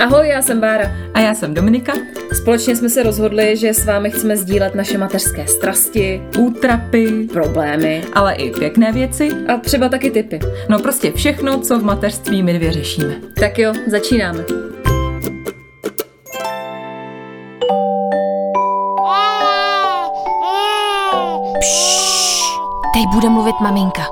Ahoj, já jsem Bára. A já jsem Dominika. Společně jsme se rozhodli, že s vámi chceme sdílet naše mateřské strasti, útrapy, problémy, ale i pěkné věci. A třeba taky tipy. No prostě všechno, co v mateřství my dvě řešíme. Tak jo, začínáme. Teď bude mluvit maminka.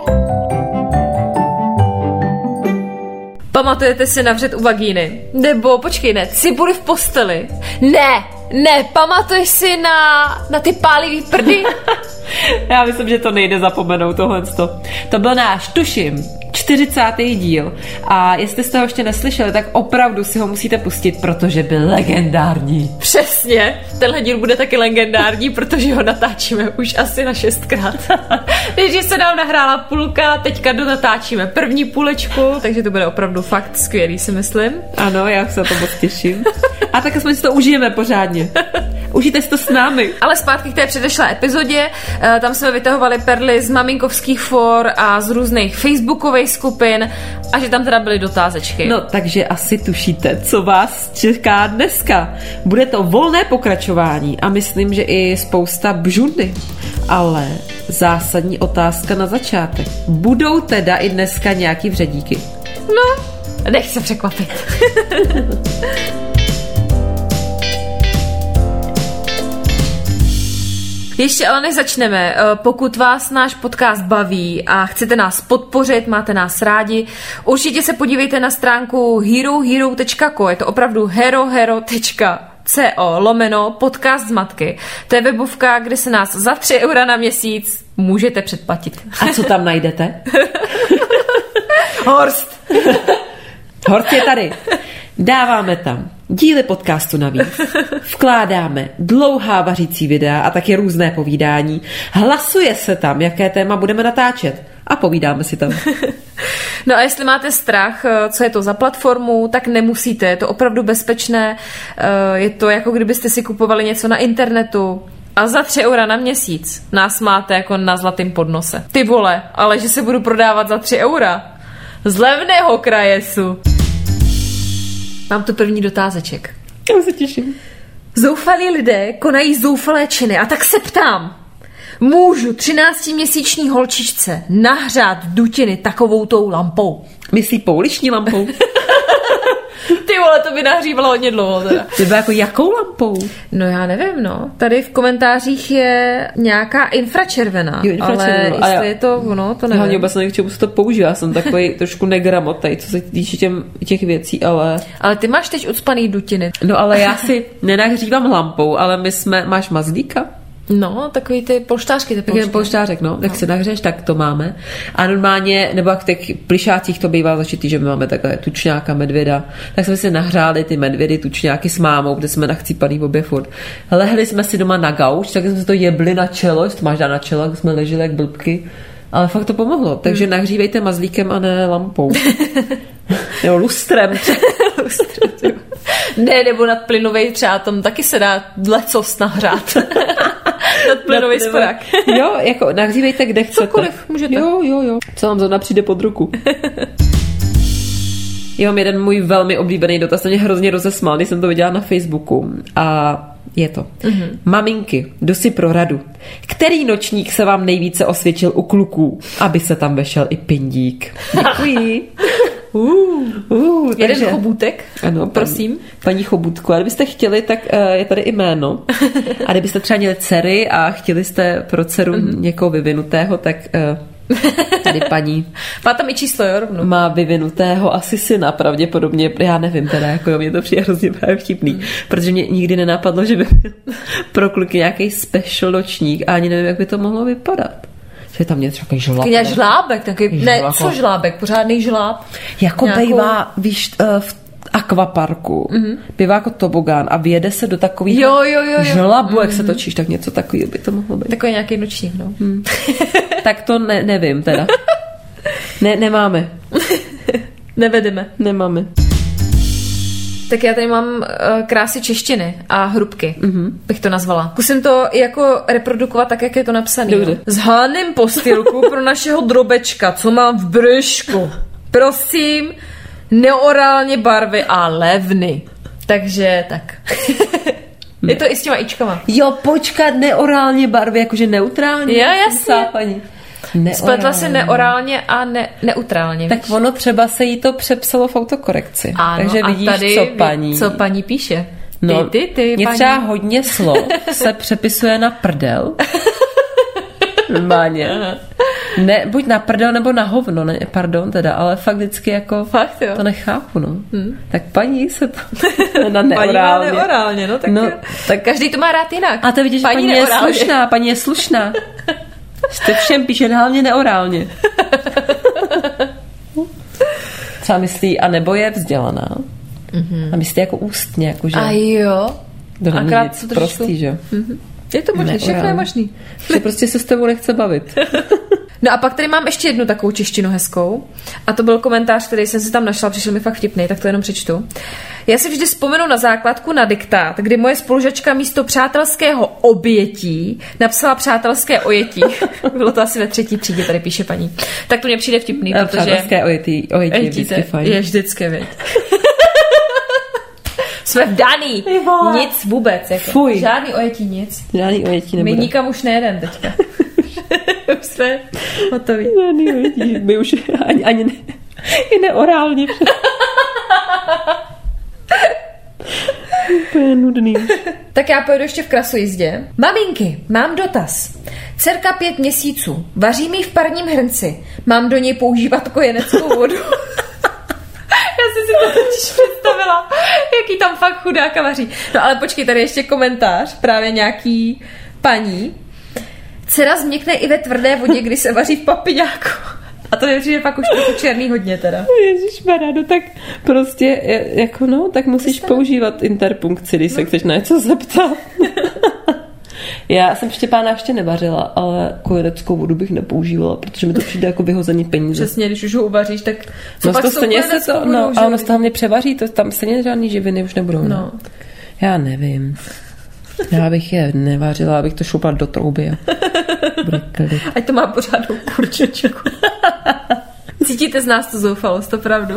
Pamatujete si navřet u vagíny? Nebo, počkej, ne, cibuly v posteli? Ne, pamatuješ si na ty pálivý prdy? Já myslím, že to nejde zapomenout tohleto. To byl náš, tuším, 40. díl a jestli jste ho ještě neslyšeli, tak opravdu si ho musíte pustit, protože byl legendární. Přesně, tenhle díl bude taky legendární, protože ho natáčíme už asi na 6krát. Takže se nám nahrála půlka, teďka natáčíme první půlečku, takže to bude opravdu fakt skvělý, si myslím. Ano, já se to moc těším. A tak jsme si to užijeme pořádně. Užijte si to s námi. Ale zpátky k té předešlé epizodě, tam jsme vytahovali perly z maminkovských for a z různých facebookových skupin a že tam teda byly dotázečky. No, takže asi tušíte, co vás čeká dneska. Bude to volné pokračování a myslím, že i spousta bžundy. Ale zásadní otázka na začátek. Budou teda i dneska nějaký vředíky? No, nech se překvapit. Ještě ale než začneme, pokud vás náš podcast baví a chcete nás podpořit, máte nás rádi, určitě se podívejte na stránku herohero.co, je to opravdu herohero.co/podcast z matky. To je webovka, kde se nás za 3 € na měsíc můžete předplatit. A co tam najdete? Horst! Horst je tady. Dáváme tam díly podcastu navíc, vkládáme dlouhá vařící videa a taky různé povídání, hlasuje se tam, jaké téma budeme natáčet a povídáme si tam. No a jestli máte strach, co je to za platformu, tak nemusíte, je to opravdu bezpečné, je to jako kdybyste si kupovali něco na internetu a za 3 € na měsíc nás máte jako na zlatým podnose. Ty vole, ale že se budu prodávat za 3 € z levného krajesu. Mám tu první dotázeček. Já se těším. Zoufalí lidé konají zoufalé činy a tak se ptám. Můžu 13měsíční holčičce nahřát dutiny takovoutou lampou? Myslí pouliční lampou? Ty vole, to by nahřívalo hodně dlouho teda. Třeba jako jakou lampou? No já nevím, no. Tady v komentářích je nějaká infračervená. Jo, infračervená. Ale jestli je to ono, to nevím. Hlavně vůbec nevím, k čemu se to používá. Já jsem takový trošku negramotej, co se týče těch věcí, ale... Ale ty máš teď ucpaný dutiny. No ale já si nenahřívám lampou, ale máš mazlíka? No, takový ty polštářky. Takový polštářek, no. Tak se nahřeješ, tak to máme. A normálně, nebo jak v těch plišácích to bývá začítý, že my máme takové tučňáka, medvěda, tak jsme si nahřáli ty medvědy, tučňáky s mámou, kde jsme nachcípaný obě furt. Lehli jsme si doma na gauč, tak jsme si to jebli na čelo, jestli to máš dát na čelo, tak jsme leželi jak blbky. Ale fakt to pomohlo. Takže nahřívejte mazlíkem a ne lampou. Jo, lustrem. Ne, nebo nad plynovej třeba, tam taky se dá lecos nahřát. Nad plynovej sporák. Jo, jako nahřívejte kde chcete. Cokoliv, můžete. Jo. Co vám zrovna přijde pod ruku. Já mám jeden můj velmi oblíbený dotaz, to mě hrozně rozesmál, když jsem to viděla na Facebooku. A je to. Maminky, jdu si pro radu. Který nočník se vám nejvíce osvědčil u kluků, aby se tam vešel i pindík? Děkuji. Jeden chobůtek, ano, prosím. Paní Chobůtku, a kdybyste chtěli, tak je tady i jméno. A kdybyste třeba měli dcery a chtěli jste pro dceru někoho vyvinutého, tak tady paní. Má tam i číslo, jo, rovnou. Má vyvinutého asi syna, pravděpodobně, já nevím teda, jako jo, mě to přijde hrozně právě vtipný, protože mě nikdy nenapadlo, že by byl pro kluky nějaký special nočník a ani nevím, jak by to mohlo vypadat. Že tam něco takový žlábek. Nějaký žlábek, takový, ne, co žlábek, pořádný žláb. Jako bývá, víš, v akvaparku, bývá jako tobogán a vyjede se do takových žlabu, jak se točíš, tak něco takového by to mohlo být. Takový nějaký nočník, no. Tak to nevím teda. Nemáme. Nevedeme. Nemáme. Tak já tady mám krásy češtiny a hrubky, bych to nazvala. Zkusím to jako reprodukovat tak, jak je to napsané. Zháním postýlku pro našeho drobečka, co mám v brýšku. Prosím, neorálně barvy a levny. Takže tak. Je to i s těma ičkama. Jo, počkat, neorálně barvy, jakože neutrálně. Jo, jasně. Spletla si neorálně a neutrálně. Tak ono třeba se jí to přepsalo v autokorekci. Ano, takže vidíš, tady co paní píše. No, ty, mě paní. třeba hodně slov se přepisuje na prdel. Normálně. Ne, buď na prdel nebo na hovno, ne, pardon teda, ale fakt vždycky jako fakt, jo. To nechápu, no. Tak paní se to na neorálně. Paní na neorálně, no tak, no, tak každý to má rád jinak. A to vidíš, že paní je slušná. Jste všem píše hlavně neorálně. Co myslí, a nebo je vzdělaná. A myslí jako ústně, jakože. A jo. Akrát co prostý, že? Je to možný, všechno je možný. Že prostě se s tebou nechce bavit. No a pak tady mám ještě jednu takovou češtinu hezkou. A to byl komentář, který jsem si tam našla, přišel mi fakt vtipný, tak to jenom přečtu. Já si vždy vzpomenu na základku na diktát, kdy moje spolužačka místo přátelského obětí napsala přátelské ojetí. Bylo to asi ve 3. třídě, tady píše paní. Tak to mě přijde vtipný, protože... Přátelské ojetí je vždycky fajn. Je vždycky, viď. Jsme vdaný. Nic vůbec. Jako. Fuj. Žádný ojetí, nic. Žádný ojetí nebude. My nikam už nejedem teďka. Už jsme hotoví. Žádný ojetí. My už ani ne, i neorálně. Úplně nudný. Tak já pojedu ještě v krasojízdě. Maminky, mám dotaz. Dcerka 5 měsíců. Vaří mi v parním hrnci. Mám do něj používat kojeneckou vodu? Já jsem si to totiž představila, jaký tam fakt chudáka vaří. No ale počkej, tady ještě komentář, právě nějaký paní. Dcera změkne i ve tvrdé vodě, když se vaří v papiňáku. A to je přijde fakt už trochu černý hodně teda. Ježišmarja, no tak prostě, jako no, tak musíš používat interpunkci, když se chceš na něco zeptat. Já jsem Štěpána ještě nevařila, ale kojeneckou vodu bych nepoužívala, protože mi to přijde jako vyhození peníze. Přesně, když už ho uvaříš, tak no to stejně se to, no, a ono se tam převaří, to tam stejně žádný živiny už nebudou. No. Já nevím. Já bych je nevařila, abych to šoupala do trouby. Ať to má pořádnou kurčičku. Cítíte z nás tu zoufalost, to pravdu.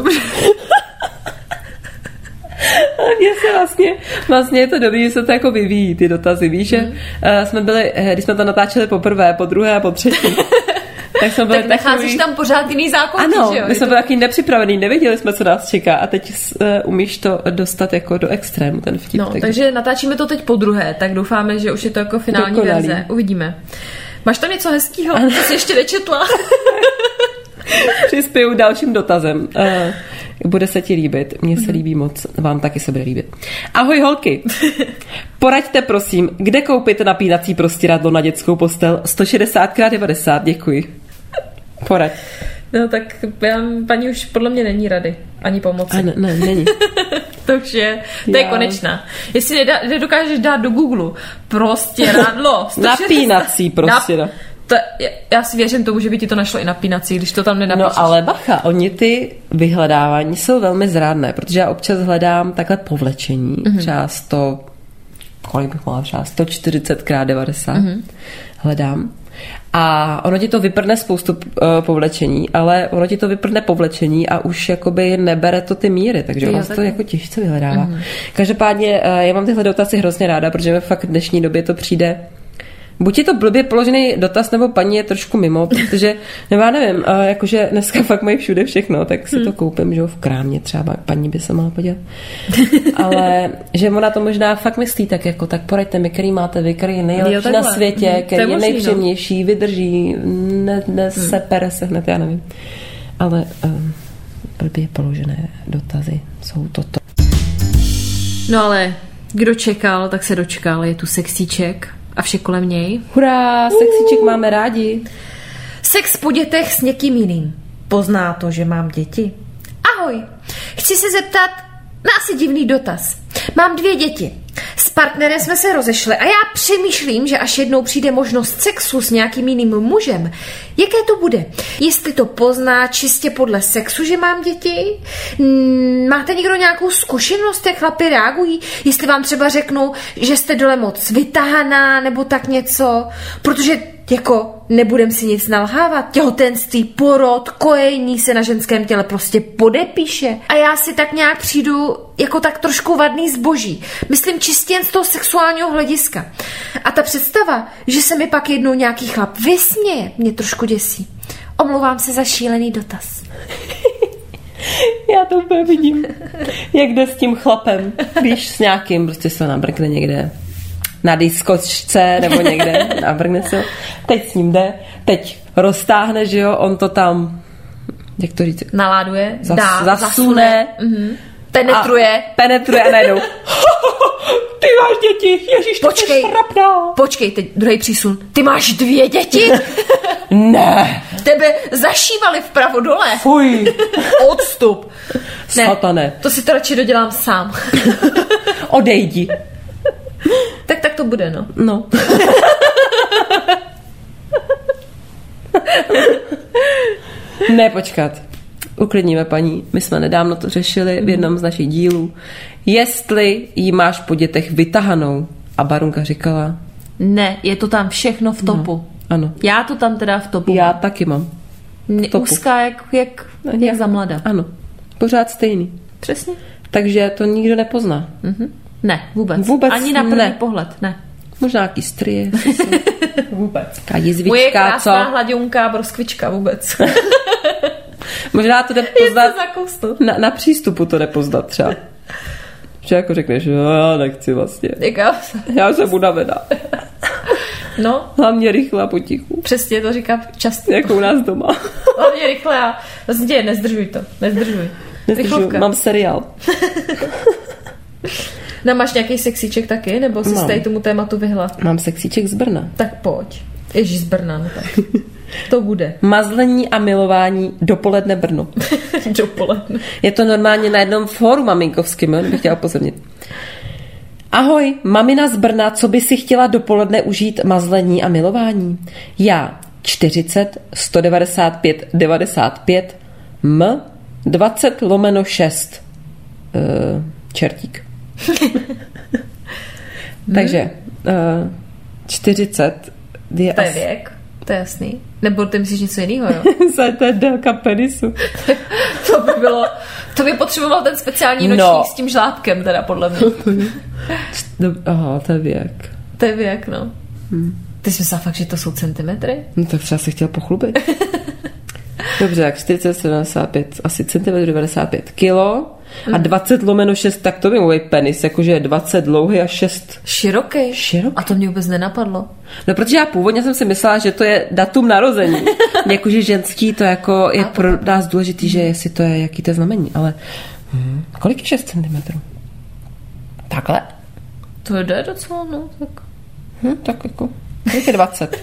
Mně se vlastně je to dobrý, že se to jako vyvíjí, ty dotazy, víš, že jsme byli, když jsme to natáčeli poprvé, po druhé a po třetí, tak jsme byli tak nacházíš tam pořád jiný zákonky, ano, že jo? My jsme byli taky nepřipravený, nevěděli jsme, co nás čeká a teď umíš to dostat jako do extrému, ten vtip. No, takže natáčíme to teď po druhé, tak doufáme, že už je to jako finální verze. Uvidíme. Máš tam něco hezkýho? Co jsi ještě nečetla? Přispěju dalším dotazem. Bude se ti líbit. Mně se líbí moc. Vám taky se bude líbit. Ahoj holky. Poraďte prosím, kde koupit napínací prostěradlo na dětskou postel 160x90. Děkuji. Poraď. No tak paní už podle mě není rady. Ani pomoci. Ne, není. To už je, to je konečná. Jestli nedokážeš dát do Google prostěradlo. Napínací prostěradlo. Já si věřím tomu, že by ti to našlo i napínací, když to tam nenapíšeš. No ale bacha, oni ty vyhledávání jsou velmi zrádné, protože já občas hledám takhle povlečení, třeba 100, kolik bych mohla třeba, 140x90 hledám. A ono ti to vyprdne spoustu povlečení, ale ono ti to vyprdne povlečení a už jakoby nebere to ty míry, takže ono to jako těžce vyhledává. Každopádně já mám tyhle dotazy hrozně ráda, protože mi fakt v dnešní době to přijde. Buď je to blbě položený dotaz, nebo paní je trošku mimo, protože, nebo já nevím, jakože dneska fakt mají všude všechno, tak si to koupím, že jo, v krámě třeba, paní by se mohla podívat. Ale, že ona to možná fakt myslí tak jako, tak poraďte mi, který máte vy, který je nejlepší na světě, který je nejpříjemnější, vydrží, nesepere se hned, já nevím. Ale blbě položené dotazy jsou toto. No ale kdo čekal, tak se dočkal, je tu sexíček. A vše kolem něj. Hurá, sexíček máme rádi. Sex po dětech s někým jiným. Pozná to, že mám děti. Ahoj, chci se zeptat na asi divný dotaz. Mám 2 děti. S partnerem jsme se rozešli a já přemýšlím, že až jednou přijde možnost sexu s nějakým jiným mužem, jaké to bude? Jestli to pozná čistě podle sexu, že mám děti? Máte někdo nějakou zkušenost, jak chlapi reagují? Jestli vám třeba řeknu, že jste dole moc vytahaná nebo tak něco? Protože jako nebudem si nic nalhávat. Těhotenství, porod, kojení se na ženském těle prostě podepíše. A já si tak nějak přijdu jako tak trošku vadný zboží. Myslím čistě jen z toho sexuálního hlediska. A ta představa, že se mi pak jednou nějaký chlap vysměje, mě trošku děsí. Omlouvám se za šílený dotaz. Já to úplně vidím. Jak jde s tím chlapem. Víš, s nějakým, prostě se nabrkne někde na diskočce nebo někde, nabrkne se. Teď s ním jde, teď roztáhne, že jo, on to tam, jak to říct? Naláduje, zasune. Penetruje a najednou. Ty máš děti, ježiš, to je šrapná. Počkej, teď druhý přísun. Ty máš 2 děti? Ne. Tebe zašívali vpravo dole. Fuj. Odstup. Ne, Satane. to si to radši dodělám sám. Odejdi. Tak to bude, no. No. Ne, počkat. Uklidníme paní. My jsme nedávno to řešili v jednom z našich dílů. Jestli jí máš po dětech vytahanou. A Barunka říkala... Ne, je to tam všechno v topu. No, ano. Já to tam teda v topu. Já taky mám. Úzká jak za mlada. Ano. Pořád stejný. Přesně. Takže to nikdo nepozná. Mhm. Ne, vůbec. Ani na první pohled, ne. Možná nějaký strie. Vůbec. Taká jizvička, moje krásná hladionka broskvička vůbec. Možná to jde poznat na přístupu to jde poznat třeba. Že jako řekneš, já nechci vlastně. Já jsem unavená. No. Hlavně rychle a potichu. Přesně to říkám často. Jako u nás doma. Hlavně rychle a vlastně nezdržuj. Rychlovka. Mám seriál. No, máš nějaký sexíček taky? Nebo jsi z tomu tématu vyhla? Mám sexíček z Brna. Tak pojď. Ježíš, z Brna, no tak. To bude. Mazlení a milování dopoledne Brno. Dopoledne. Je to normálně na jednom fóru maminkovském, bych chtěla upozornit. Ahoj, mamina z Brna, co by si chtěla dopoledne užít mazlení a milování? Já 40 195 95 20/6 čertík. Takže 40 je to je věk, to je jasný. Nebo ty myslíš něco jiného, jo? To je délka penisu. To by potřeboval ten speciální nočník s tím žlábkem, teda podle mě. Aha, to je věk. To je věk, no. Ty jsi myslela fakt, že to jsou centimetry? No tak třeba se chtěl pochlubit. Dobře, jak 40/75, asi centimetr 95 kilo a 20/6, tak to by můj penis, jakože je 20 dlouhý a 6 široký. A to mě vůbec nenapadlo. No, protože já původně jsem si myslela, že to je datum narození. Jakože ženský to jako je pro nás důležitý, že jestli to je, jaký to je znamení, ale kolik je 6 centimetrů? Takhle? To jde docela, no. Tak, tak jako, kolik je 20?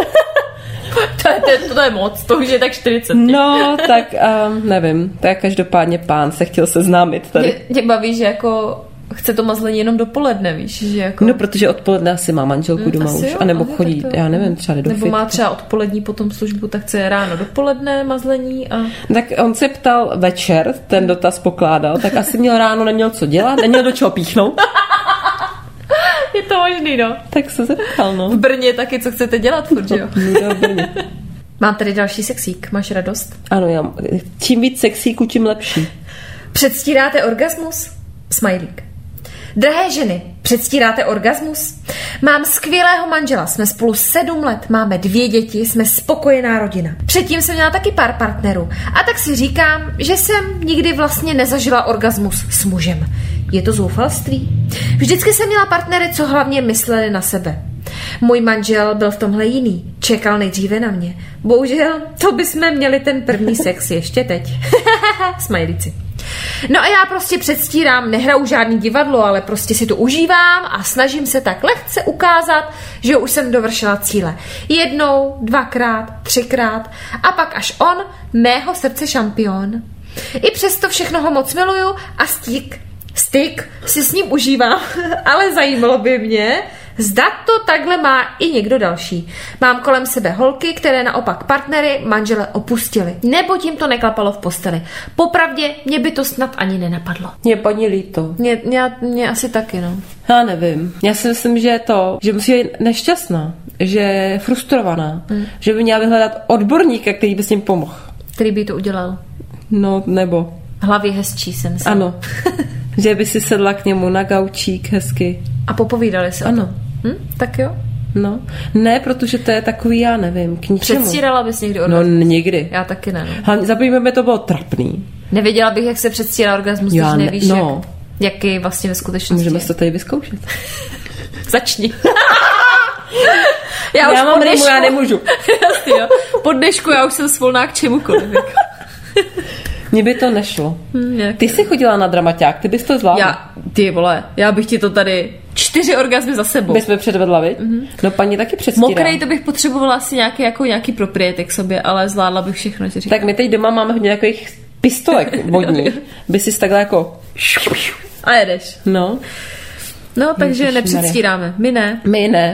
To je moc, to už je tak 40. No, tak nevím. Tak každopádně pán se chtěl seznámit tady. Mě baví, že jako chce to mazlení jenom dopoledne, víš? Že jako... No, protože odpoledne asi má manželku doma už. A nebo chodí, já nevím, třeba do nebo má třeba odpolední potom službu, tak chce ráno dopoledne mazlení a... Tak on se ptal večer, ten dotaz pokládal, tak asi měl ráno, neměl co dělat, neměl do čeho píchnout. Je to možný, no. Tak se zeptal, no. V Brně taky, co chcete dělat, furt, jo? No, v Brně. Mám tady další sexík, máš radost? Ano, čím víc sexíku, tím lepší. Předstíráte orgasmus? Smajlík. Drahé ženy, předstíráte orgasmus? Mám skvělého manžela, jsme spolu 7 let, máme 2 děti, jsme spokojená rodina. Předtím jsem měla taky pár partnerů a tak si říkám, že jsem nikdy vlastně nezažila orgasmus s mužem. Je to zoufalství? Vždycky jsem měla partnery, co hlavně mysleli na sebe. Můj manžel byl v tomhle jiný. Čekal nejdříve na mě. Bohužel, to bychom měli ten první sex ještě teď. Smajlíci. No a já prostě předstírám, nehraju žádný divadlo, ale prostě si to užívám a snažím se tak lehce ukázat, že už jsem dovršila cíle. 1, 2krát, 3krát a pak až on, mého srdce šampion. I přesto všechno ho moc miluju a styk si s ním užívám, ale zajímalo by mě, zda to takhle má i někdo další. Mám kolem sebe holky, které naopak partnery manžele opustili. Nebo tím to neklapalo v posteli. Popravdě, mě by to snad ani nenapadlo. Mě paní líto. Mě asi taky, no. Já nevím. Já si myslím, že musí být nešťastná. že je frustrovaná, že by měla vyhledat odborníka, který by s ním pomohl. Který by to udělal? No, nebo... Hlavě hezčí jsem si. Ano. Že by si sedla k němu na gaučík hezky. A popovídali se. Ano. Tak jo. No. Ne, protože to je takový, já nevím, k ničemu. Předstírala bys někdy orgasmus? No, nikdy. Já taky ne. Hlavně, zapomínáme, to bylo trapný. Nevěděla bych, jak se předstírá orgasmus, když nevíš, jaký vlastně ve skutečnosti. Můžeme to tady vyzkoušet. Začni. Já mám rymu, já nemůžu. Jasně, jo. Po dnešku já už jsem svolná k čemukoliv. Mně by to nešlo. Ty jsi chodila na dramaťák, ty bys to zvládla. Ty vole, já bych ti to tady 4 orgasmy za sebou. My jsme předvedla, viď? No paní taky předstírá. Mokrej to bych potřebovala asi nějaký propriety k sobě, ale zvládla bych všechno. Tak my teď doma máme hodně takových pistolek vodních. By si takhle jako... A jedeš. No. No, takže nepředstíráme. My ne. My ne.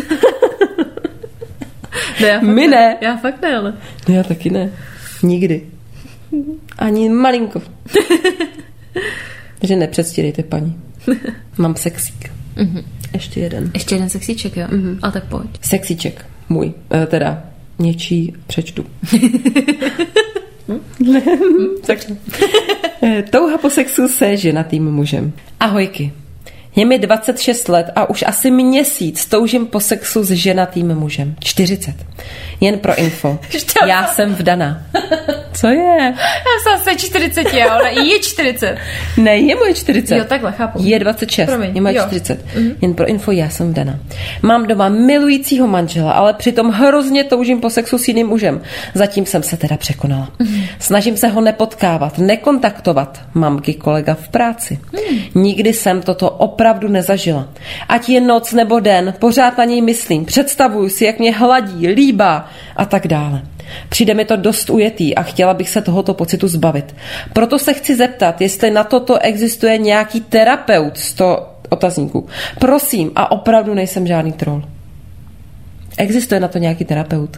My ne. Já fakt ne, ale. No já taky ne. Nikdy. Ani malinko. Takže nepředstírejte, paní. Mám sexík. Ještě jeden. Ještě jeden sexíček, jo? A tak pojď. Sexíček. Můj. Teda něčí přečtu. Touha po sexu se ženatým mužem. Ahojky. Je mi 26 let a už asi měsíc toužím po sexu s ženatým mužem. 40. Jen pro info. Já jsem vdaná. Co je? Já jsem asi 40, ale je 40. Ne, je moje 40. Jo, takhle, chápu. Je 26, je moje 40. Jen pro info, já jsem vdaná. Mám doma milujícího manžela, ale přitom hrozně toužím po sexu s jiným mužem. Zatím jsem se teda překonala. Snažím se ho nepotkávat, nekontaktovat. Mám kolega v práci. Nikdy jsem toto opravdu nezažila. Ať je noc nebo den, pořád na něj myslím. Představuju si, jak mě hladí, líbá a tak dále. Přijde mi to dost ujetý a chtěla bych se tohoto pocitu zbavit. Proto se chci zeptat, jestli na toto existuje nějaký terapeut z toho otazníku. Prosím, a opravdu nejsem žádný troll. Existuje na to nějaký terapeut?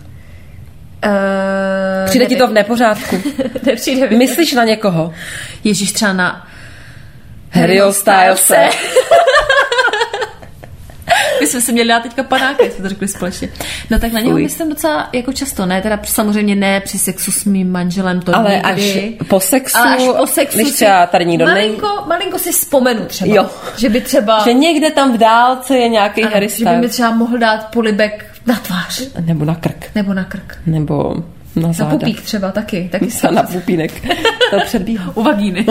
Přijde ti to v nepořádku? Nepřijde. Myslíš na někoho? Ježíš, třeba na Harryho Stylese. My jsme si měli dát teďka panáky, jsme to řekli společně. No tak na něho myslím docela jako často, ne? Teda samozřejmě ne při sexu s mým manželem, to ale nikdy. Až po sexu, když třeba tady nikdo malinko si vzpomenu třeba. Jo. Že by třeba... Že někde tam v dálce je nějaký Harry Styles. Že by mi třeba mohl dát polibek na tvář. Nebo na krk. Nebo na záda. Na pupík třeba taky na pupínek. To předbíhá. U vagíny.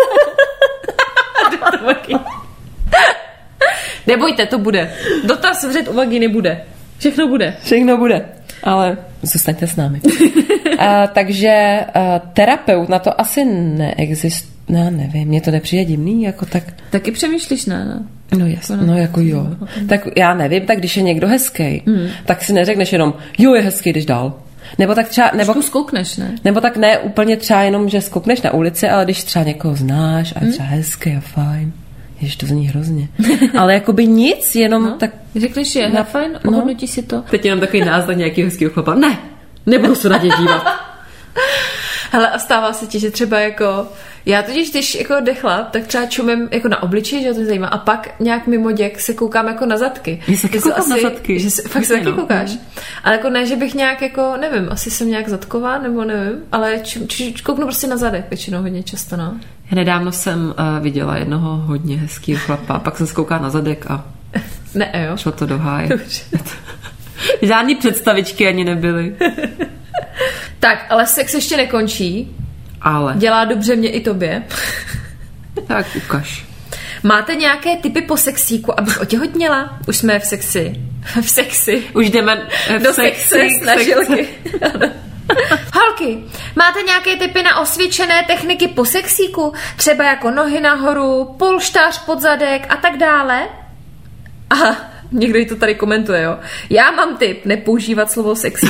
Nebojte, to bude. Dotaz vřet u vagíny bude. Všechno bude. Ale zůstaňte s námi. Takže terapeut na to asi neexistuje. No, nevím, mně to nepřijde divný, jako tak. Taky přemýšlíš, ne? No jasně, no jako jo. Tak já nevím, tak když je někdo hezký, tak si neřekneš jenom, jo, je hezký, jdeš dál. Nebo tak třeba... Nebo zkoukneš, ne? Nebo tak ne úplně třeba jenom, že zkoukneš na ulici, ale když třeba někoho znáš a je třeba hezký a fajn. Ježiš, to zní hrozně. Ale jakoby nic, jenom tak... Řekneš, že je fajn, ohodnotí si to. Teď jenom takový náznak nějakého hezkého chlapa. Ne, nebudu se na ně dívat. Hele, a stává se ti, že třeba jako... Já totiž, když jako jde chlap, tak třeba čumím jako na obličej, že to mě zajímá, a pak nějak mimo děk se koukám jako na zadky. Já se koukám na zadky. Fakt se taky koukáš. Ale jako ne, že bych nějak jako, nevím, asi jsem nějak zadková, nebo nevím, ale kouknu prostě na zadek většinou hodně často, no. Nedávno jsem viděla jednoho hodně hezkýho chlapa, pak jsem zkoukala na zadek a ne, jo. Šlo to do háje. Žádný představičky ani nebyly. Tak, ale sex ještě nekončí. Ale. Dělá dobře mě i tobě. Tak ukaž. Máte nějaké tipy po sexíku, abych otěhotněla? Už jsme v sexy. Už jdeme do sexy snažilky. Holky, máte nějaké tipy na osvědčené techniky po sexíku? Třeba jako nohy nahoru, polštář pod zadek a tak dále? Aha, někdo jí to tady komentuje, jo. Já mám tip, nepoužívat slovo sexy.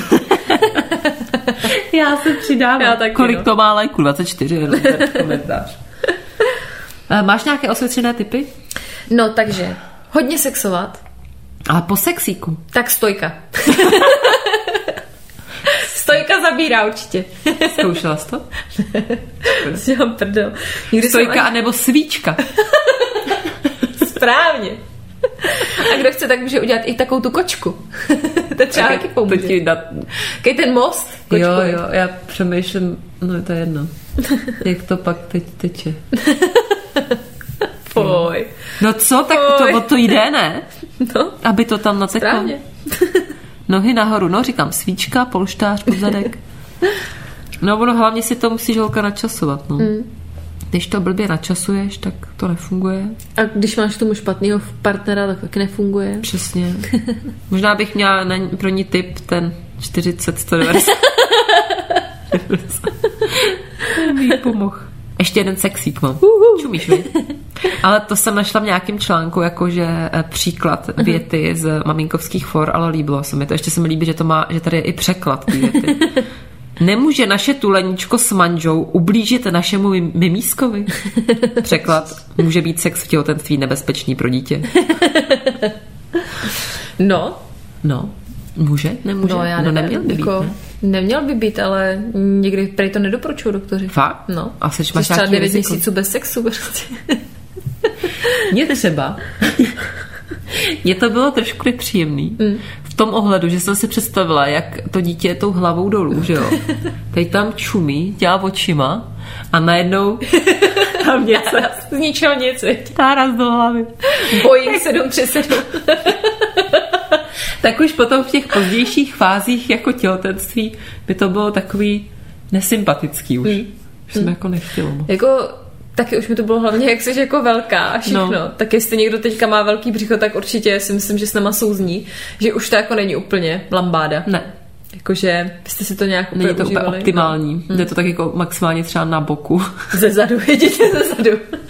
Já se přidávám. Já taky, kolik to má lajku? 24, jenom ten komentář. Máš nějaké osvědčené tipy? No, takže hodně sexovat. Ale po sexíku? Tak stojka. Stojka zabírá určitě. Zkoušela jsi to? Si mám prdel. Stojka anebo svíčka. Správně. A kdo chce, tak může udělat i takovou tu kočku. To třeba taky pomůže. Kej ten most? Jo, já přemýšlím, no to je jedno. Jak to pak teď teče. Poj. No co, tak to jde, ne? No. Aby to tam nateklo. Správně. Nohy nahoru, no říkám svíčka, polštář, pozadek. No ono hlavně si to musíš holka načasovat, no. Když to blbě načasuješ, tak to nefunguje. A když máš tomu špatného partnera, tak taky nefunguje. Přesně. Možná bych měla pro ní tip ten 40-190. Jí pomohl. Ještě jeden sexík mám. Čumíš, vy? Ale to jsem našla v nějakém článku, jakože příklad věty z maminkovských for, ale líbilo se mi to. Ještě se mi líbí, že tady je i překlad té věty. Nemůže naše tuleníčko s manžou ublížit našemu mimískovi? Překlad. Může být sex v těhotenství nebezpečný pro dítě. No. Může? Nemůže? No, já neměl by být, ne? Neměl by být, ale někdy prej to nedoporučují doktoři. Fakt? No. A máš třeba 9 měsíců bez sexu prostě. Mně třeba. Mně to bylo trošku nepříjemný. V tom ohledu, že jsem si představila, jak to dítě je tou hlavou dolů, že jo. Teď tam čumí, dělá očima a najednou tam něco. Z ničeho nic. Táraz do hlavy. Boeing 737. Tak už potom v těch pozdějších fázích jako těhotenství by to bylo takový nesympatický už. Už jsem jako nechtěla. Jako taky už mi to bylo hlavně, jak jsi jako velká a všechno. No. Tak jestli někdo teďka má velký břicho, tak určitě si myslím, že s náma souzní, že už to jako není úplně lambáda. Ne. Jakože byste si to nějak úplně není to užívali. Úplně optimální. Jde to tak jako maximálně třeba na boku. Ze zadu, jedině ze zadu.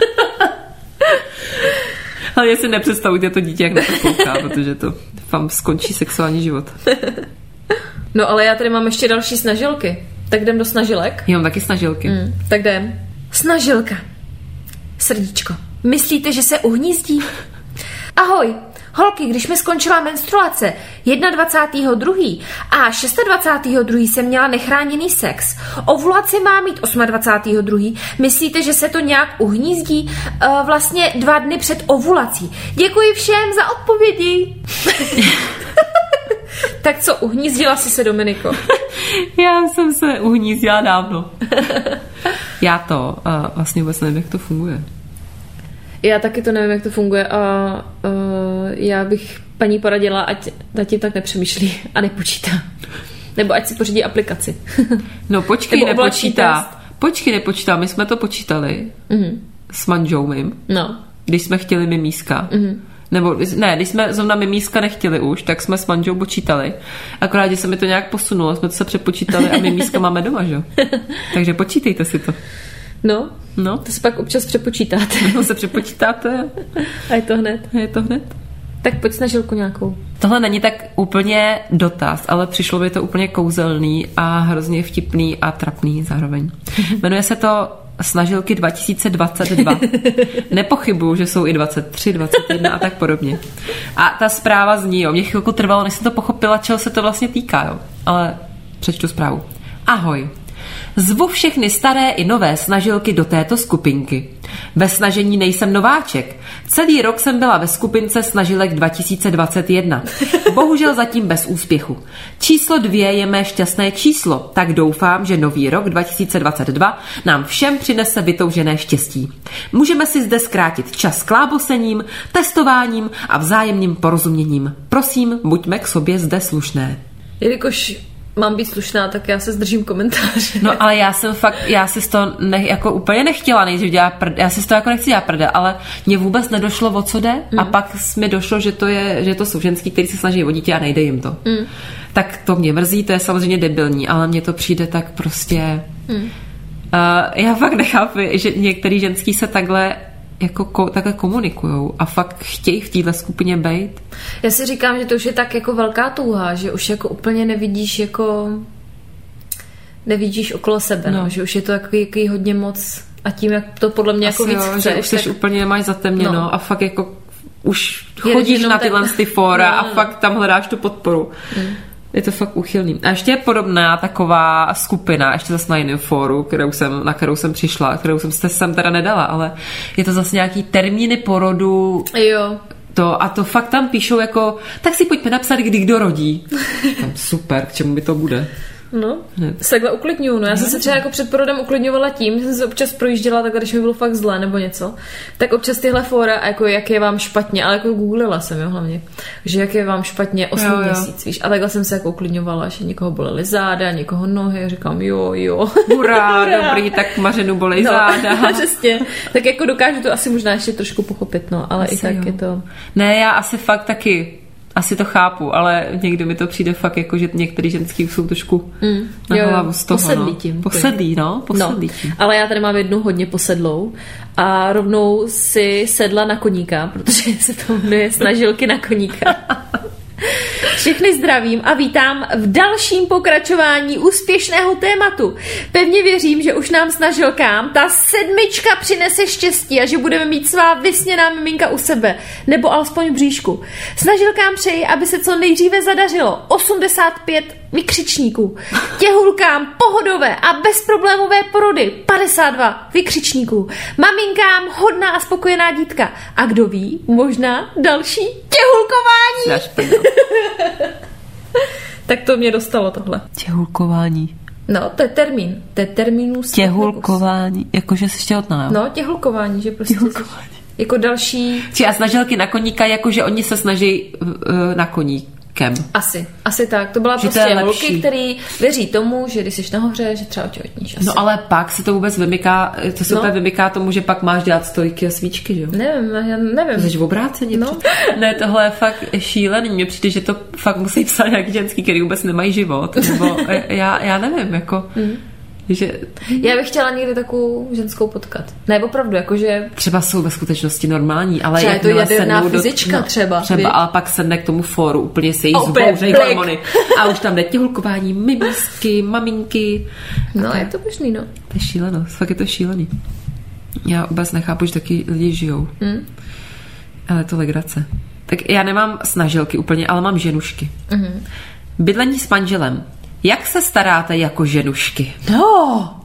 Ale já si nepředstavujte to dítě, jak na to kouká, protože to vám skončí sexuální život. No ale já tady mám ještě další snažilky. Tak jdem do snažilek. Já mám taky snažilky. Tak jdem. Snažilka. Srdíčko. Myslíte, že se uhnízdí? Ahoj. Holky, když mi skončila menstruace 21.2. a 26.2. jsem měla nechráněný sex. Ovulaci má mít 28.2. Myslíte, že se to nějak uhnízdí? Vlastně 2 dny před ovulací. Děkuji všem za odpovědi. Tak co, uhnízdila jsi se, Dominiko? Já jsem se uhnízdila dávno. Já to vlastně vůbec nevím, jak to funguje. Já taky to nevím, jak to funguje a já bych paní poradila, ať zatím tak nepřemýšlí a nepočítá. Nebo ať si pořídí aplikaci. No počkej, nepočítá. Počkej, nepočítá. My jsme to počítali s manžou mým, když jsme chtěli mimíska. Nebo ne, když jsme zrovna mimíska nechtěli už, tak jsme s manžou počítali. Akorát, že se mi to nějak posunulo, jsme to se přepočítali a mimíska máme doma, že? Takže počítejte si to. No, to si pak občas přepočítáte. No, se přepočítáte. A je to hned. Tak pojď snažilku nějakou. Tohle není tak úplně dotaz, ale přišlo by to úplně kouzelný a hrozně vtipný a trapný zároveň. Jmenuje se to Snažilky 2022. Nepochybuju, že jsou i 23, 21 a tak podobně. A ta zpráva zní, jo. Mě chvilku trvalo, než jsem to pochopila, čeho se to vlastně týká, jo. Ale přečtu zprávu. Ahoj. Zvu všechny staré i nové snažilky do této skupinky. Ve snažení nejsem nováček. Celý rok jsem byla ve skupince snažilek 2021. Bohužel zatím bez úspěchu. Číslo 2 je mé šťastné číslo, tak doufám, že nový rok 2022 nám všem přinese vytoužené štěstí. Můžeme si zde zkrátit čas klábosením, testováním a vzájemným porozuměním. Prosím, buďme k sobě zde slušné. Jelikož mám být slušná, tak já se zdržím komentáře. No ale já si to jako úplně nechtěla nejdřív dělat já si to jako nechci dělat prde, ale mně vůbec nedošlo, o co jde a pak mi došlo, že to jsou ženský, kteří se snaží o dítě a nejde jim to. Tak to mě mrzí, to je samozřejmě debilní, ale mně to přijde tak prostě já fakt nechápu, že některý ženský se takhle komunikujou a fakt chtějí v téhle skupině bejt. Já si říkám, že to už je tak jako velká touha, že už jako úplně nevidíš okolo sebe, no. Že už je to jaký hodně moc a tím, jak to podle mě asi jako víc chceš, že už tak úplně nemáš zatemněno a fakt jako už chodíš na tyhle fóra a fakt tam hledáš tu podporu. Je to fakt úchylný. A ještě je podobná taková skupina, ještě zase na jiném fóru, na kterou jsem přišla, kterou jsem sem teda nedala, ale je to zase nějaký termíny porodu. Jo. A to fakt tam píšou jako, tak si pojďme napsat, kdo rodí. Tam super, k čemu mi to bude? No, se takhle uklidňuju. No, já jsem se třeba jako před porodem uklidňovala tím, že jsem se občas projížděla takhle, když mi bylo fakt zlé nebo něco, tak občas tyhle fóra, jako jak je vám špatně, ale jako googlila jsem, jo, hlavně, že jak je vám špatně 8 měsíc, víš, a takhle jsem se jako uklidňovala, že někoho bolely záda, někoho nohy, a říkám jo. Hurá, dobrý, tak Mařenu bolej záda. Přesně, tak jako dokážu to asi možná ještě trošku pochopit, no, ale asi i tak je to... Ne, já asi fakt taky asi to chápu, ale někdy mi to přijde fakt jako, že některý ženský jsou trošku na hlavu z toho. Posedlí tím. Posedlí tím. Ale já tady mám jednu hodně posedlou a rovnou si sedla na koníka, protože se to jmenuje Snažilky na koníka. Všechny zdravím a vítám v dalším pokračování úspěšného tématu. Pevně věřím, že už nám Snažilkám ta 7 přinese štěstí a že budeme mít svá vysněná miminka u sebe, nebo alespoň v bříšku. Snažilkám přeji, aby se co nejdříve zadařilo 85 vykřičníků. Těhulkám pohodové a bezproblémové porody 52 vykřičníků. Maminkám hodná a spokojená dítka. A kdo ví, možná další těhulkování. Tak to mě dostalo tohle. Těhulkování. No, to je termín. To je terminus. Těhulkování, jakože jsi těhotná, jo? No, těhulkování, že prostě těhulkování. Jako další... Či a snažilky na koníka, jakože oni se snaží na koníkem. Asi tak. To byla prostě holky, který věří tomu, že když jsi nahoře, že třeba otěhotníš. No ale pak se to vůbec vymyká, to se úplně vymyká tomu, že pak máš dělat stojky a svíčky, že jo? Já nevím. Jsi v obráceně. No. Ne, tohle je fakt šílený. Mně přijde, že to fakt musí psát nějaký ženský, který vůbec nemají život. Nebo já nevím, jako... Že... Já bych chtěla někdy takovou ženskou potkat. Ne, opravdu, jakože... Třeba jsou ve skutečnosti normální, ale třeba je to jaderná fyzička třeba. Ale pak sedne k tomu fóru, úplně se jí zbouřejí hormony. A už tam jde těhulkování, mimísky, maminky. No, je to běžný, no. To je šílenost, fakt je to šílený. Já vůbec nechápu, že taky lidi žijou. Ale je to legrace. Tak já nemám snažilky úplně, ale mám ženušky. Bydlení s manželem. Jak se staráte jako ženušky? No!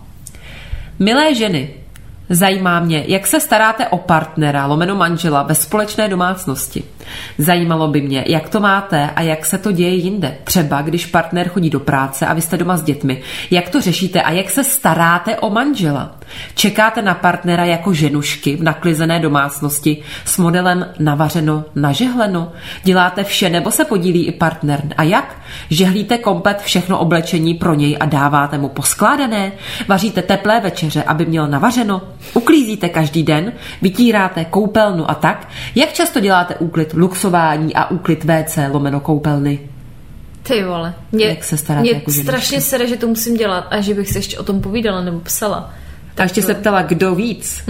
Milé ženy, zajímá mě, jak se staráte o partnera, lomeno manžela ve společné domácnosti. Zajímalo by mě, jak to máte a jak se to děje jinde. Třeba, když partner chodí do práce a vy jste doma s dětmi. Jak to řešíte a jak se staráte o manžela? Čekáte na partnera jako ženušky v naklizené domácnosti s modelem navařeno, nažehleno? Děláte vše nebo se podílí i partner? A jak? Žehlíte komplet všechno oblečení pro něj a dáváte mu poskládané? Vaříte teplé večeře, aby měl navařeno? Uklízíte každý den? Vytíráte koupelnu a tak? Jak často děláte úklid luxování a úklid WC lomeno koupelny? Ty vole, jak se staráte jako ženušky? Strašně sere, že to musím dělat a že bych se ještě o tom povídala nebo psala. A ještě se ptala, kdo víc.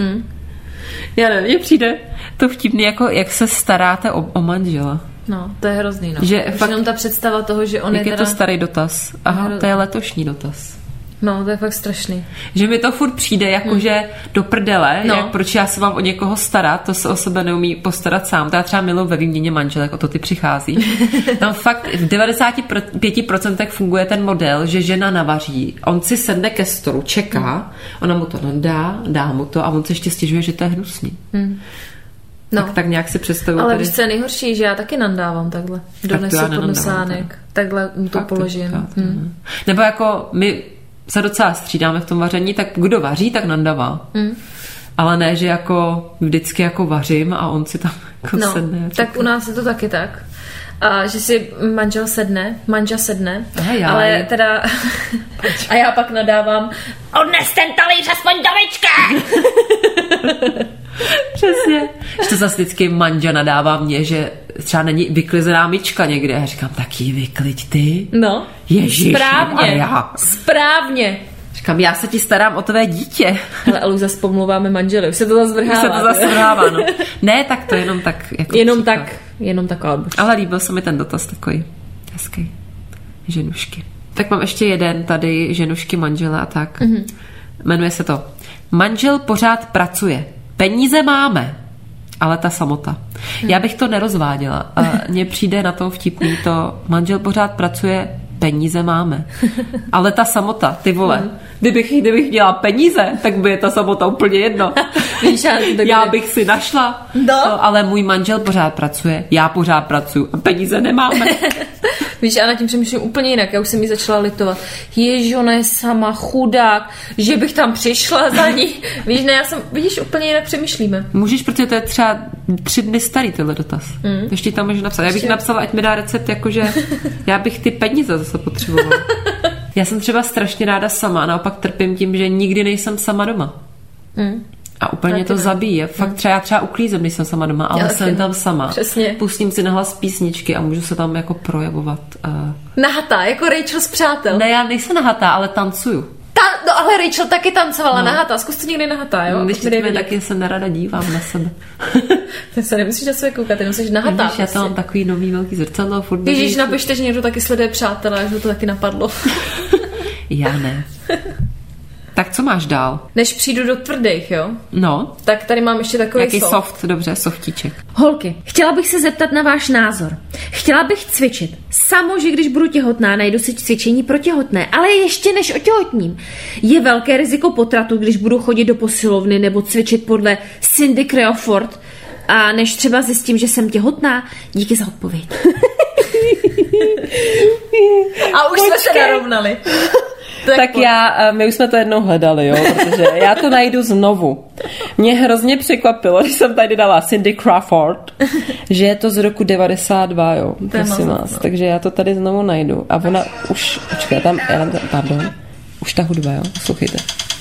Já nevím, mně přijde to vtipný, jako jak se staráte o manžela. No, to je hrozný, no. Že fakt, jenom ta představa toho, že on jak je to starý dotaz. Aha, to je letošní dotaz. No, to je fakt strašný. Že mi to furt přijde, jakože do prdele, jak proč já se mám o někoho starat, to se o sebe neumí postarat sám. To já třeba miluji ve výměně manželek, o to ty přichází. Tam fakt v 95% funguje ten model, že žena navaří, on si sedne ke stolu, čeká, ona mu to dá mu to a on se ještě stěžuje, že to je hnusný. No. Tak nějak si představuji. Ale víš, co je nejhorší, že já taky nandávám takhle. Donesu podnosánek, takhle mu to fakt položím. Nebo jako my se docela střídáme v tom vaření, tak kdo vaří, tak nandává. Ale ne, že jako vždycky jako vařím a on si tam jako sedne. Tak u nás je to taky tak. A že si manža sedne, ale teda a já pak nadávám, odnes ten talíř aspoň do myčky! Přesně. Že to zase vždycky manža nadává mě, že třeba není vyklizená myčka někde. Já říkám, tak ji vykliď ty. No. Ježiš. Správně. Říkám, já se ti starám o tvé dítě. Ale už zase pomluváme manželi. Už se to zase vrhává. No. Ne, tak to jenom tak. Jako jenom taková. Ale líbil se mi ten dotaz takový hezký. Ženušky. Tak mám ještě jeden tady, ženušky manžela a tak. Jmenuje se to Manžel pořád pracuje. Peníze máme, ale ta samota. Já bych to nerozváděla. Mně přijde na tom vtipný to, manžel pořád pracuje, peníze máme. Ale ta samota, ty vole, kdybych měla peníze, tak by je ta samota úplně jedno. Já bych si našla, ale můj manžel pořád pracuje, já pořád pracuju a peníze nemáme. Víš, já nad tím přemýšlím úplně jinak. Já už jsem jí začala litovat. Ježi, ona je sama chudák, že bych tam přišla za ní. Víš, ne, vidíš, úplně jinak přemýšlíme. Můžeš, protože to je třeba 3 dny starý tenhle dotaz. Ještě tam můžu napsat. Já bych napsala, ať mi dá recept, jakože já bych ty peníze zase potřebovala. Já jsem třeba strašně ráda sama, naopak trpím tím, že nikdy nejsem sama doma. A úplně to zabíjí. Fakt já třeba uklízem, když jsem sama doma, ale jsem tam sama. Přesně. Pustím si nahlas písničky a můžu se tam jako projevovat. Nahatá, jako Rachel z Přátel. Ne, já nejsem nahatá, ale tancuju. No ale Rachel taky tancovala nahatá. Zkus to někdy nahatá, jo? Když mě taky se nerada dívám na sebe. Tak se nemusíš na sebe koukat, jenom jsi nahatá. Víš, já tam mám takový nový velký zrcadlo. Ježíš, napište, že někdo taky sleduje Přátelé, že to taky napadlo. Já ne. Tak co máš dál? Než přijdu do tvrdých, jo? No. Tak tady mám ještě takový jaký soft, dobře, softíček. Holky, chtěla bych se zeptat na váš názor. Chtěla bych cvičit. Samo, že když budu těhotná, najdu si cvičení pro těhotné, ale ještě než otěhotním. Je velké riziko potratu, když budu chodit do posilovny nebo cvičit podle Cindy Crawford, a než třeba zjistím, že jsem těhotná. Díky za odpověď. A už jsme se narovnali. Tak my už jsme to jednou hledali, jo, protože já to najdu znovu. Mě hrozně překvapilo, když jsem tady dala Cindy Crawford, že je to z roku 92, jo, prosím vás. Takže já to tady znovu najdu. A ona už, počkej, pardon, už ta hudba, jo, poslouchejte.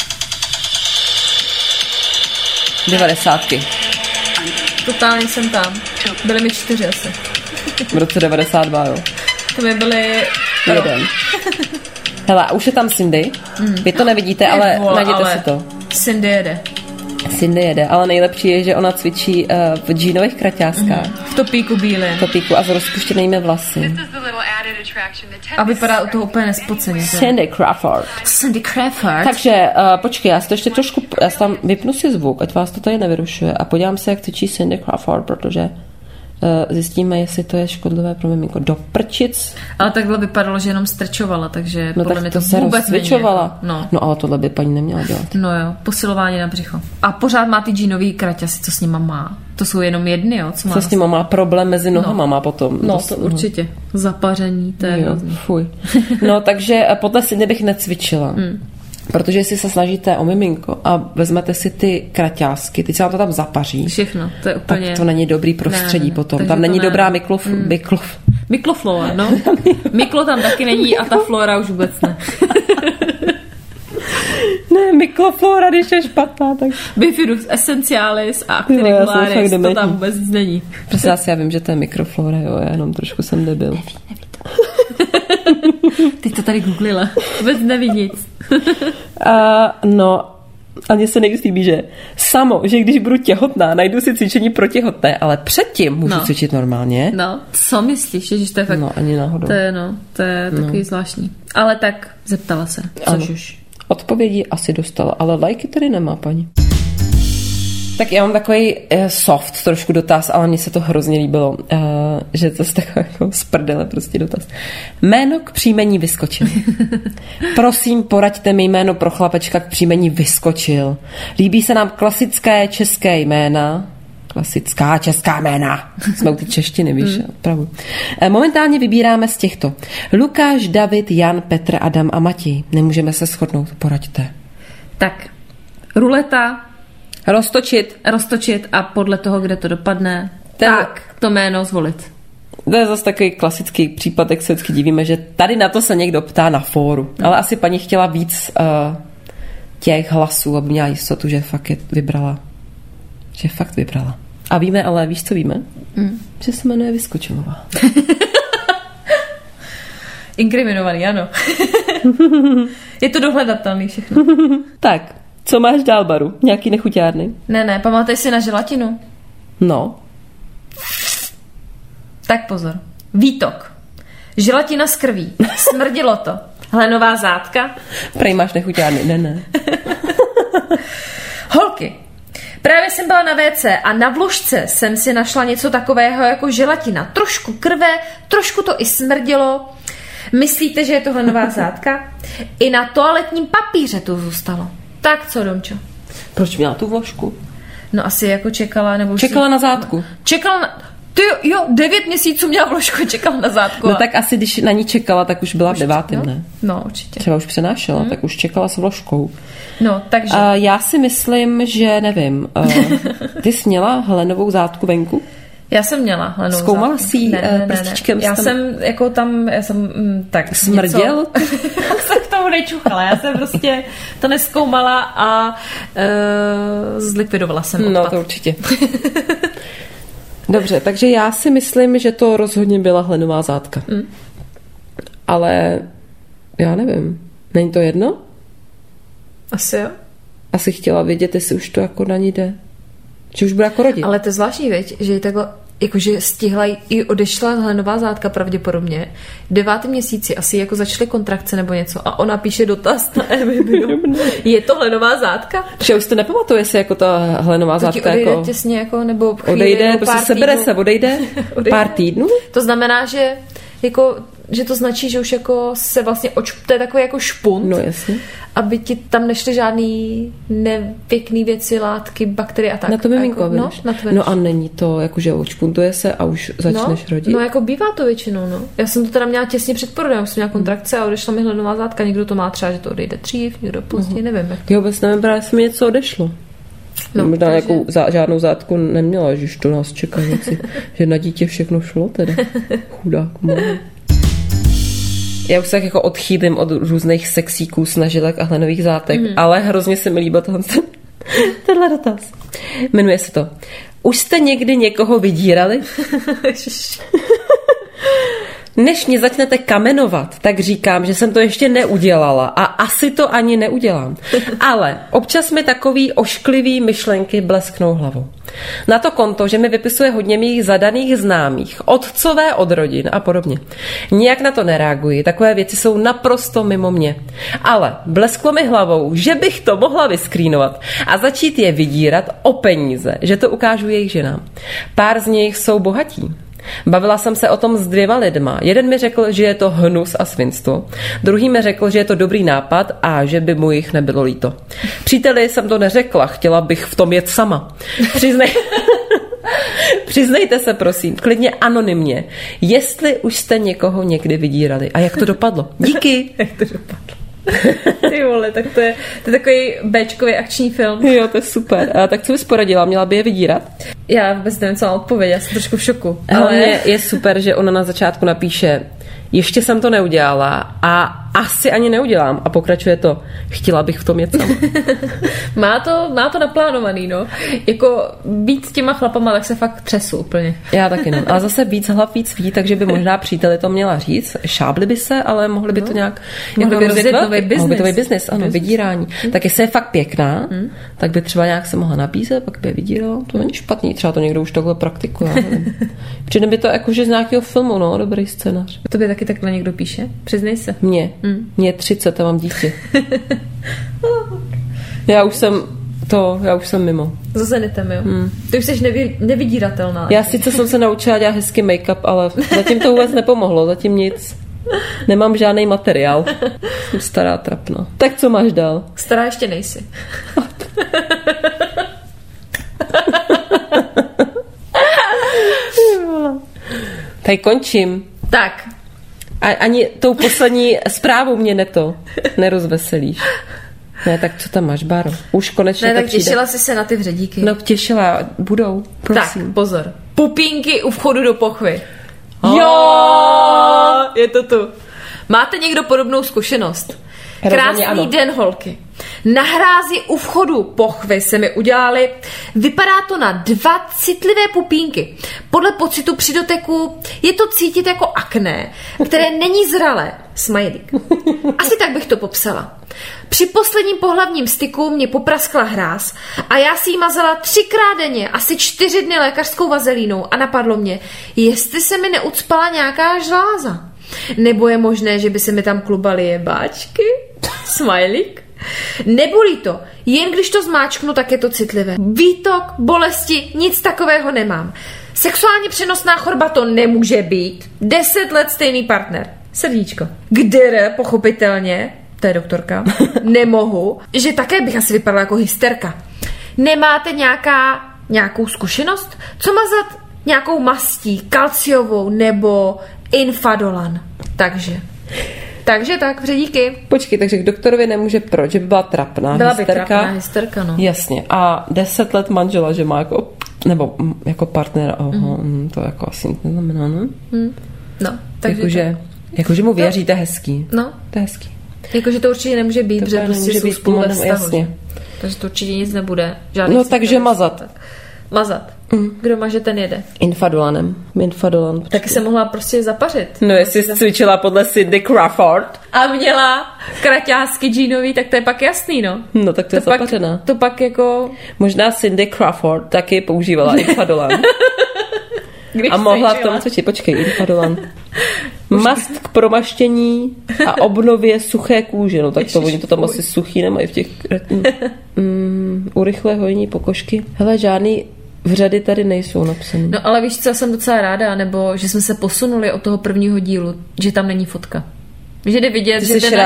90. Totálně jsem tam. Byly mi 4 asi. V roce 92, jo. To mi byly... Jeden. Hele, už je tam Cindy. Vy to nevidíte, ale najděte si to. Cindy jede, ale nejlepší je, že ona cvičí v džínových kraťáskách. V topíku bílém. V topíku a s rozpuštěnými vlasy. A vypadá u toho úplně nespoceně. Cindy Crawford. Takže počkej, já si to ještě trošku, já si tam vypnu si zvuk, ať vás to tady nevyrušuje a podívám se, jak cvičí Cindy Crawford, protože zjistíme, jestli to je škodlivé pro miminko. Do prčic. Ale takhle vypadalo, že jenom strčovala, takže no podle mě to se vůbec rozcvičovala. No ale tohle by paní neměla dělat. No jo, posilování na břicho. A pořád má ty džínový kraťasy, co s nima má. To jsou jenom jedny, jo? Co s nima má problém mezi nohama, má potom. No to určitě. Zapaření, to je fuj. No takže podle si bych necvičila. Protože jestli se snažíte o miminko a vezmete si ty kraťásky, teď se vám to tam zapaří. Všechno, to je úplně... Tak to není dobrý prostředí potom. Tam není dobrá mikloflora, no. Miklo tam taky není a ta flora už vůbec ne. Ne, mikloflora, když je špatná, tak... Bifidus essentialis a actinigularis, to tam vůbec nic není. Prostě já vím, že to je mikroflora, jo, já jenom trošku jsem debil. Neví to. Teď to tady googlila. Vůbec neví nic. No, a mně se nejvíc líbí, že že když budu těhotná, najdu si cvičení pro těhotné, ale předtím můžu cvičit normálně. No, co myslíš, že to je fakt... No, ani náhodou. To je takový zvláštní. Ale tak zeptala se, což už. Odpovědi asi dostala, ale lajky tady nemá, paní. Tak já mám takový soft trošku dotaz, ale mně se to hrozně líbilo, že to je takový jako z prdele prostě dotaz. Jméno k příjmení Vyskočil. Prosím, poraďte mi jméno pro chlapečka k příjmení Vyskočil. Líbí se nám klasické české jména. Klasická česká jména. Jsme u ty češtiny, víš, opravdu. Momentálně vybíráme z těchto. Lukáš, David, Jan, Petr, Adam a Matěj. Nemůžeme se shodnout, poraďte. Tak, ruleta, roztočit a podle toho, kde to dopadne, tak to jméno zvolit. To je zase takový klasický případ, jak se vždycky divíme, že tady na to se někdo ptá na fóru. Ale asi paní chtěla víc těch hlasů, aby měla jistotu, že fakt vybrala. A víme, ale víš, co víme? Že se jmenuje Vyskočilová. Inkriminovaný, ano. Je to dohledatelný všechno. Tak, co máš dál, Baru? Nějaký nechuťárny? Ne, pamatuješ si na želatinu? No. Tak pozor. Výtok. Želatina z krví. Smrdilo to. Hlenová zátka. Prej máš nechuťárny. Ne. Holky. Právě jsem byla na WC a na vložce jsem si našla něco takového jako želatina. Trošku krve, trošku to i smrdilo. Myslíte, že je to hlenová zátka? I na toaletním papíře to zůstalo. Tak co, Domčo? Proč měla tu vložku? No asi jako čekala, nebo... Čekala na zátku. Čekala na... Ty jo, 9 měsíců měla vložku, čekala na zátku. No tak asi, když na ní čekala, tak už byla v 9, ne? No, určitě. Třeba už přenášela, tak už čekala s vložkou. No, takže... Já si myslím, že nevím. Ty jsi měla hlenovou zátku venku? Já jsem měla hlenovou zátku. Zkoumala jsi jí prstíčkem? Já jsem jako tam, tak... Smrděl? Já jsem k tomu nečuchala, já jsem prostě to nezkoumala a zlikvidovala jsem odpad. No, to určitě. Dobře, takže já si myslím, že to rozhodně byla hlenová zátka. Ale já nevím. Není to jedno? Asi jo. Asi chtěla vědět, jestli už to jako na ní jde. Že už bude jako rodit. Ale to je zvláštní, věď, že ji takhle, jakože stihla i odešla hlenová zátka pravděpodobně. V 9. měsíci asi jako začaly kontrakce nebo něco a ona píše dotaz na Emilinu. Je to hlenová zátka? Že už to nepamatuje, jestli jako ta hlenová zátka odejde jako... těsně jako, nebo chvíli, odejde, nebo prostě sebere se, odejde pár týdnů. To znamená, že jako, že to značí, že už jako se vlastně to je takový jako špunt. No jasně. Aby ti tam nešly žádný nepěkný věci, látky, bakterie a tak. Na to miminko, jako, no a není to, jakože odšpuntuje se a už začneš rodit? No jako bývá to většinou, no. Já jsem to teda měla těsně před porodem, už jsem měla kontrakce a odešla mi hlenová zátka. Někdo to má třeba, že to odejde dřív, někdo později, nevím. Jo, vůbec nevím, právě se mi něco odešlo. No, možná takže... nějakou žádnou zátku neměla, že to nás čeká věci, že na dítě všechno šlo teda. Chudák, Já už se tak jako odchýlím od různých sexíků, snažilek a hlenových zátek, ale hrozně se mi líbil tenhle dotaz. Jmenuje se to Už jste někdy někoho vydírali? Než mě začnete kamenovat, tak říkám, že jsem to ještě neudělala a asi to ani neudělám. Ale občas mi takový ošklivý myšlenky blesknou hlavou. Na to konto, že mi vypisuje hodně mých zadaných známých, otcové od rodin a podobně. Nijak na to nereaguji, takové věci jsou naprosto mimo mě. Ale blesklo mi hlavou, že bych to mohla vyskrínovat a začít je vydírat o peníze, že to ukážu jejich ženám. Pár z nich jsou bohatí. Bavila jsem se o tom s 2 lidma. Jeden mi řekl, že je to hnus a svinstvo. Druhý mi řekl, že je to dobrý nápad a že by mu jich nebylo líto. Příteli jsem to neřekla, chtěla bych v tom jet sama. Přiznejte se, prosím, klidně anonymně, jestli už jste někoho někdy vydírali. A jak to dopadlo? Díky. Jak to dopadlo? Ty vole, tak to je takový béčkový akční film. Jo, to je super. A tak co bys poradila? Měla by je vydírat? Já vůbec nevím, co mám odpovědět, já jsem trošku v šoku. Ale je super, že ona na začátku napíše, ještě jsem to neudělala a asi ani neudělám. A pokračuje to, chtěla bych v tom jet sama. má to naplánovaný, no. Jako být s těma chlapama, tak se fakt třesu úplně. Já taky no. Ale zase víc hlav víc ví, takže by možná příteli to měla říct. Šábli by se, ale mohli by to nějak... Mohli by rozjet nový biznis, ano, vydírání. Tak jestli je fakt pěkná, tak by třeba nějak se mohla nabízet, pak by je vydírala. To není špatný, třeba to někdo už takhle praktikuje. Přijde by to jakože z nějakého filmu, no, dobrý scénář. To by taky takhle někdo píše? Přiznej se. Mně je 30 a mám dítě. Já už jsem mimo. So zenitem, jo. Ty už jsi nevydíratelná. Já sice jsem se naučila dělat hezký make-up, ale zatím to vůbec nepomohlo, zatím nic. Nemám žádný materiál. Jsem stará trapná. Tak co máš dál? Stará ještě nejsi. Tady končím. Tak. Ani tou poslední zprávou mě nerozveselíš. Ne, tak co tam máš, Báro? Už konečně ne, tak přijde. Těšila jsi se na ty vředíky. No, těšila. Budou, prosím. Tak, pozor. Pupínky u vchodu do pochvy. Jo! Je to tu. Máte někdo podobnou zkušenost? Krásný den, holky. Na hrázi u vchodu pochvy se mi udělali. Vypadá to na 2 citlivé pupínky. Podle pocitu při doteku je to cítit jako akné, které není zralé. Smajlík. Asi tak bych to popsala. Při posledním pohlavním styku mě popraskla hráz a já si ji mazala 3krát denně, asi 4 dny lékařskou vazelínou a napadlo mě, jestli se mi neucpala nějaká žláza. Nebo je možné, že by se mi tam klubaly jebáčky? Smajlík. Nebolí to, jen když to zmáčknu, tak je to citlivé. Výtok, bolesti, nic takového nemám. Sexuálně přenosná choroba to nemůže být. 10 let stejný partner. Srdíčko. Kde pochopitelně, to je doktorka, nemohu, že také bych asi vypadala jako hysterka. Nemáte nějakou zkušenost? Co mazat nějakou mastí, kalciovou nebo Infadolan? Takže tak, vředíky. Počkej, takže k doktorovi nemůže proč? Že by byla trapná byla hysterka. Byla by trapná hysterka, no. Jasně. A 10 let manžela, že má jako partner, to jako asi neznamená, no? No, takže jakože mu věříte hezký. No. To je hezký. Jakože to určitě nemůže být, protože prostě jsou spolu ve vztahu. Jasně. Takže to určitě nic nebude. No, takže mazat. Mazat. Kdo maže, ten jede. Infadolanem. Infadolan. Taky se mohla prostě zapařit. No, jestli cvičila podle Cindy Crawford. A měla kraťásky džínový, tak to je pak jasný, no. No, tak to je zapařená. To pak jako... Možná Cindy Crawford taky používala Infadolan. A mohla v tom cvičit. Počkej, Infadolan. Mast k promaštění a obnově suché kůže. No tak to oni to tam asi suchý nemají v těch... urychlé hojení pokožky. Hele, žádný vřady tady nejsou napsané. No ale víš co, jsem docela ráda, nebo že jsme se posunuli od toho prvního dílu, že tam není fotka. Že jde vidět,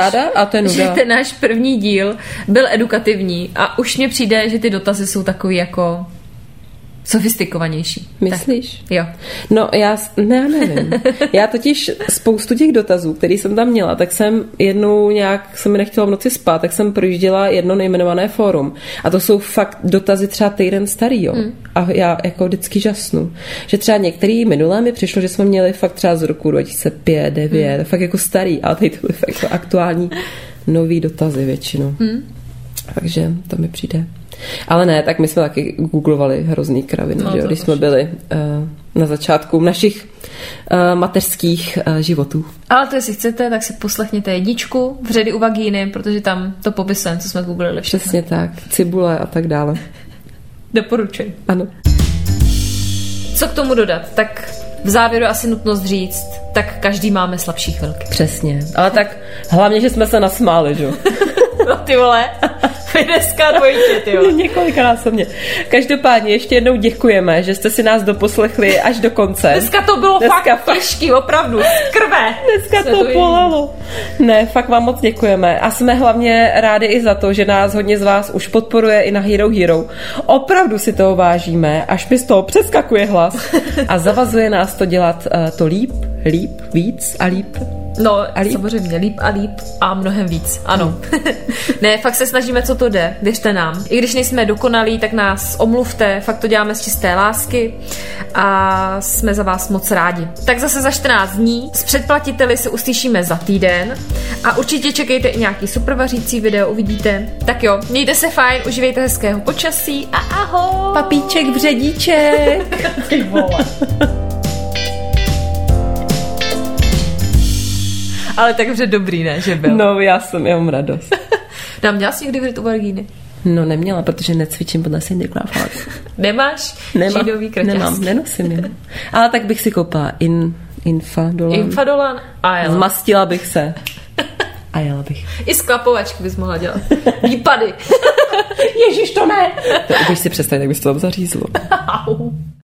že ten náš první díl byl edukativní a už mně přijde, že ty dotazy jsou takový jako sofistikovanější. Myslíš? Tak, jo. No já nevím. Já totiž spoustu těch dotazů, který jsem tam měla, tak jsem jednou nějak, se mi nechtěla v noci spát, tak jsem projížděla jedno nejmenované fórum. A to jsou fakt dotazy třeba týden starý, jo. A já jako vždycky žasnu. Že třeba některý minulé mi přišlo, že jsme měli fakt třeba z roku 2005, 2009, fakt jako starý, ale tady to byly fakt jako aktuální nový dotazy většinou. Takže to mi přijde. Ale ne, tak my jsme taky googlovali hrozný kraviny, že jo, když jsme byli na začátku našich mateřských životů. Ale to, jestli chcete, tak si poslechněte jedničku Vředy u vagíny, protože tam to popisujeme, co jsme googlili. Přesně tak, cibule a tak dále. Doporučuji. Ano. Co k tomu dodat? Tak v závěru asi nutnost říct, tak každý máme slabší chvilky. Přesně, ale tak hlavně, že jsme se nasmáli, že jo. No ty vole, vy dneska dvojitě, ty vole. Několikanásobně. Každopádně ještě jednou děkujeme, že jste si nás doposlechli až do konce. Dneska to bylo fakt těžký, opravdu, z krve. Dneska to bolelo. Ne, fakt vám moc děkujeme. A jsme hlavně rádi i za to, že nás hodně z vás už podporuje i na Hero Hero. Opravdu si toho vážíme, až mi z toho přeskakuje hlas. A zavazuje nás to dělat to líp, víc a líp. No, samozřejmě líp a mnohem víc, ano. Ne, fakt se snažíme, co to jde, věřte nám. I když nejsme dokonalí, tak nás omluvte, fakt to děláme z čisté lásky a jsme za vás moc rádi. Tak zase za 14 dní s předplatiteli se uslyšíme za týden a určitě čekejte i nějaký super vařící video, uvidíte. Tak jo, mějte se fajn, užívejte hezkého počasí a ahoj! Papíček, vředíček! Ty vole. Ale takže dobrý, ne, že byl. No, já mám radost. Nám dělal jsi někdy vřed u vagíny? No, neměla, protože necvičím podle Cindy Crawford. Nemáš žídový kraťásky? Nemám, nenosím je. Ale tak bych si koupila Infadolan. Infadolan a jela. Zmastila bych se. A jela bych. I sklapovačky bys mohla dělat. Výpady. Ježiš, to ne. To když si představit, tak bys to tam zařízlo. Au.